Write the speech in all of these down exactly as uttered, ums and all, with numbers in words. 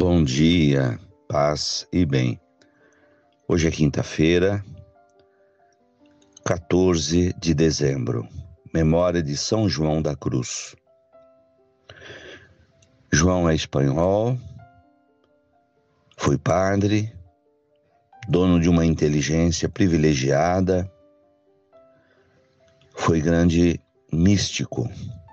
Bom dia, paz e bem. Hoje é quinta-feira, quatorze de dezembro, memória de São João da Cruz. João é espanhol, foi padre, dono de uma inteligência privilegiada, foi grande místico.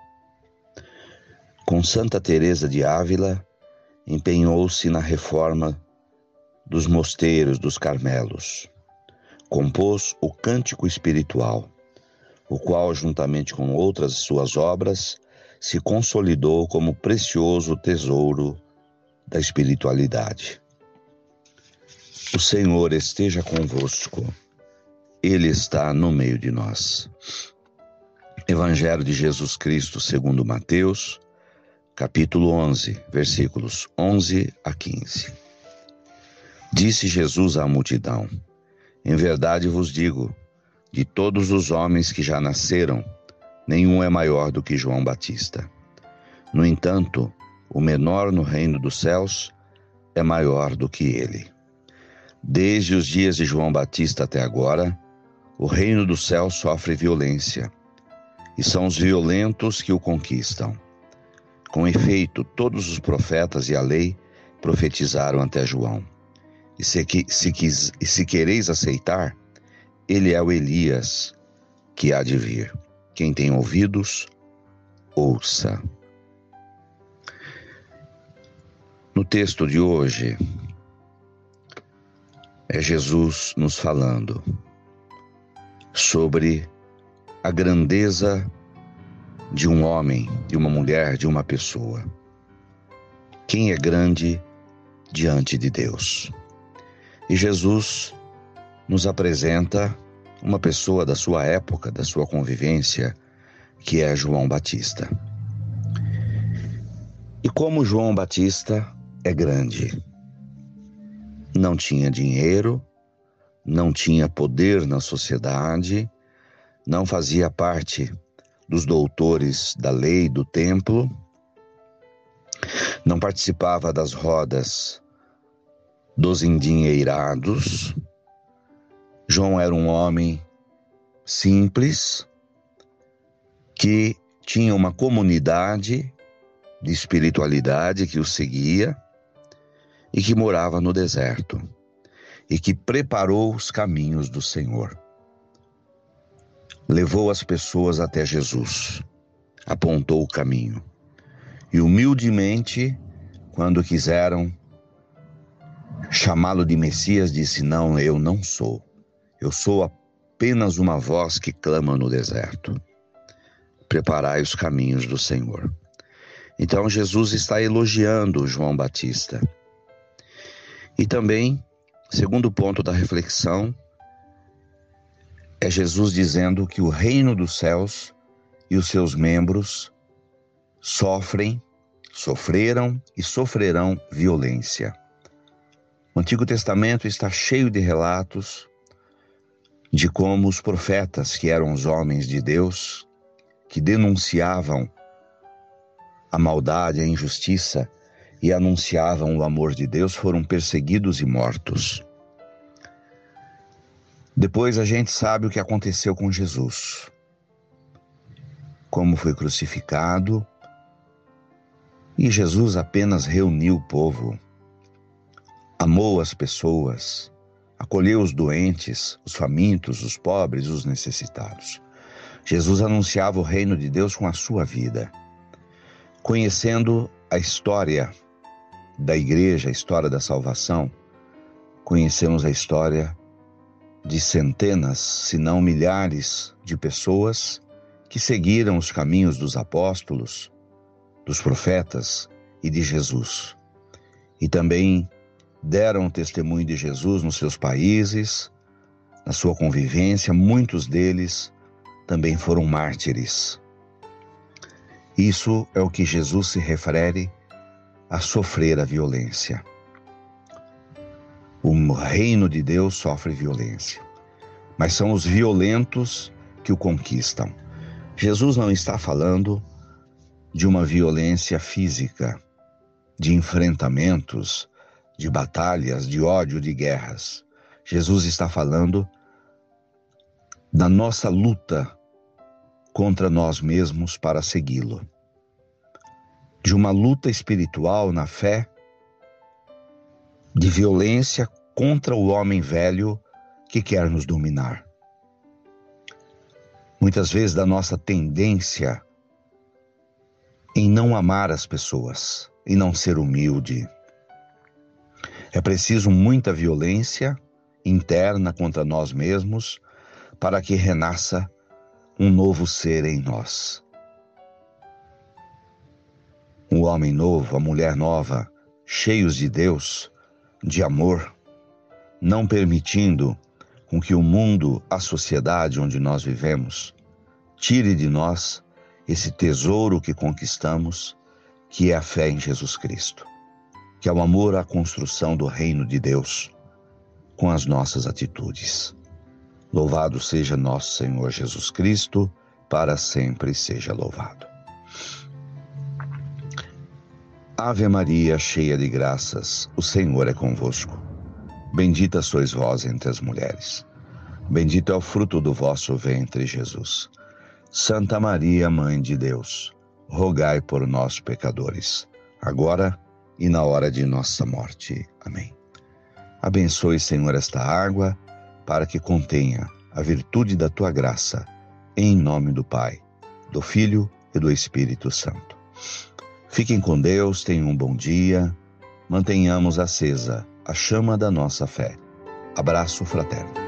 Com Santa Teresa de Ávila, empenhou-se na reforma dos mosteiros dos Carmelos. Compôs o Cântico Espiritual, o qual, juntamente com outras suas obras, se consolidou como precioso tesouro da espiritualidade. O Senhor esteja convosco, Ele está no meio de nós. Evangelho de Jesus Cristo segundo Mateus, capítulo onze, versículos onze a quinze. Disse Jesus à multidão: em verdade vos digo, de todos os homens que já nasceram, nenhum é maior do que João Batista. No entanto, o menor no reino dos céus é maior do que ele. Desde os dias de João Batista até agora, o reino dos céus sofre violência, e são os violentos que o conquistam. Com efeito, todos os profetas e a lei profetizaram até João. E se, se, quis, e se quereis aceitar, ele é o Elias que há de vir. Quem tem ouvidos, ouça. No texto de hoje, é Jesus nos falando sobre a grandeza de um homem, de uma mulher, de uma pessoa. Quem é grande diante de Deus? E Jesus nos apresenta uma pessoa da sua época, da sua convivência, que é João Batista. E como João Batista é grande, não tinha dinheiro, não tinha poder na sociedade, não fazia parte dos doutores da lei do templo, não participava das rodas dos endinheirados. João era um homem simples, que tinha uma comunidade de espiritualidade que o seguia e que morava no deserto e que preparou os caminhos do Senhor. Levou as pessoas até Jesus, apontou o caminho. E humildemente, quando quiseram chamá-lo de Messias, disse: não, eu não sou. Eu sou apenas uma voz que clama no deserto. Preparai os caminhos do Senhor. Então Jesus está elogiando João Batista. E também, segundo ponto da reflexão, é Jesus dizendo que o reino dos céus e os seus membros sofrem, sofreram e sofrerão violência. O Antigo Testamento está cheio de relatos de como os profetas, que eram os homens de Deus, que denunciavam a maldade, a injustiça e anunciavam o amor de Deus, foram perseguidos e mortos. Depois a gente sabe o que aconteceu com Jesus, como foi crucificado, e Jesus apenas reuniu o povo, amou as pessoas, acolheu os doentes, os famintos, os pobres, os necessitados. Jesus anunciava o reino de Deus com a sua vida. Conhecendo a história da igreja, a história da salvação, conhecemos a história de centenas, se não milhares de pessoas que seguiram os caminhos dos apóstolos, dos profetas e de Jesus. E também deram testemunho de Jesus nos seus países, na sua convivência. Muitos deles também foram mártires. Isso é o que Jesus se refere a sofrer a violência. O reino de Deus sofre violência, mas são os violentos que o conquistam. Jesus não está falando de uma violência física, de enfrentamentos, de batalhas, de ódio, de guerras. Jesus está falando da nossa luta contra nós mesmos para segui-lo. De uma luta espiritual na fé, de violência contra o homem velho que quer nos dominar. Muitas vezes da nossa tendência em não amar as pessoas, em não ser humilde. É preciso muita violência interna contra nós mesmos para que renasça um novo ser em nós. O homem novo, a mulher nova, cheios de Deus, de amor, não permitindo com que o mundo, a sociedade onde nós vivemos, tire de nós esse tesouro que conquistamos, que é a fé em Jesus Cristo, que é o amor à construção do reino de Deus com as nossas atitudes. Louvado seja nosso Senhor Jesus Cristo, para sempre seja louvado. Ave Maria, cheia de graças, o Senhor é convosco. Bendita sois vós entre as mulheres. Bendito é o fruto do vosso ventre, Jesus. Santa Maria, Mãe de Deus, rogai por nós, pecadores, agora e na hora de nossa morte. Amém. Abençoe, Senhor, esta água, para que contenha a virtude da tua graça, em nome do Pai, do Filho e do Espírito Santo. Fiquem com Deus, tenham um bom dia, mantenhamos acesa a chama da nossa fé. Abraço fraterno.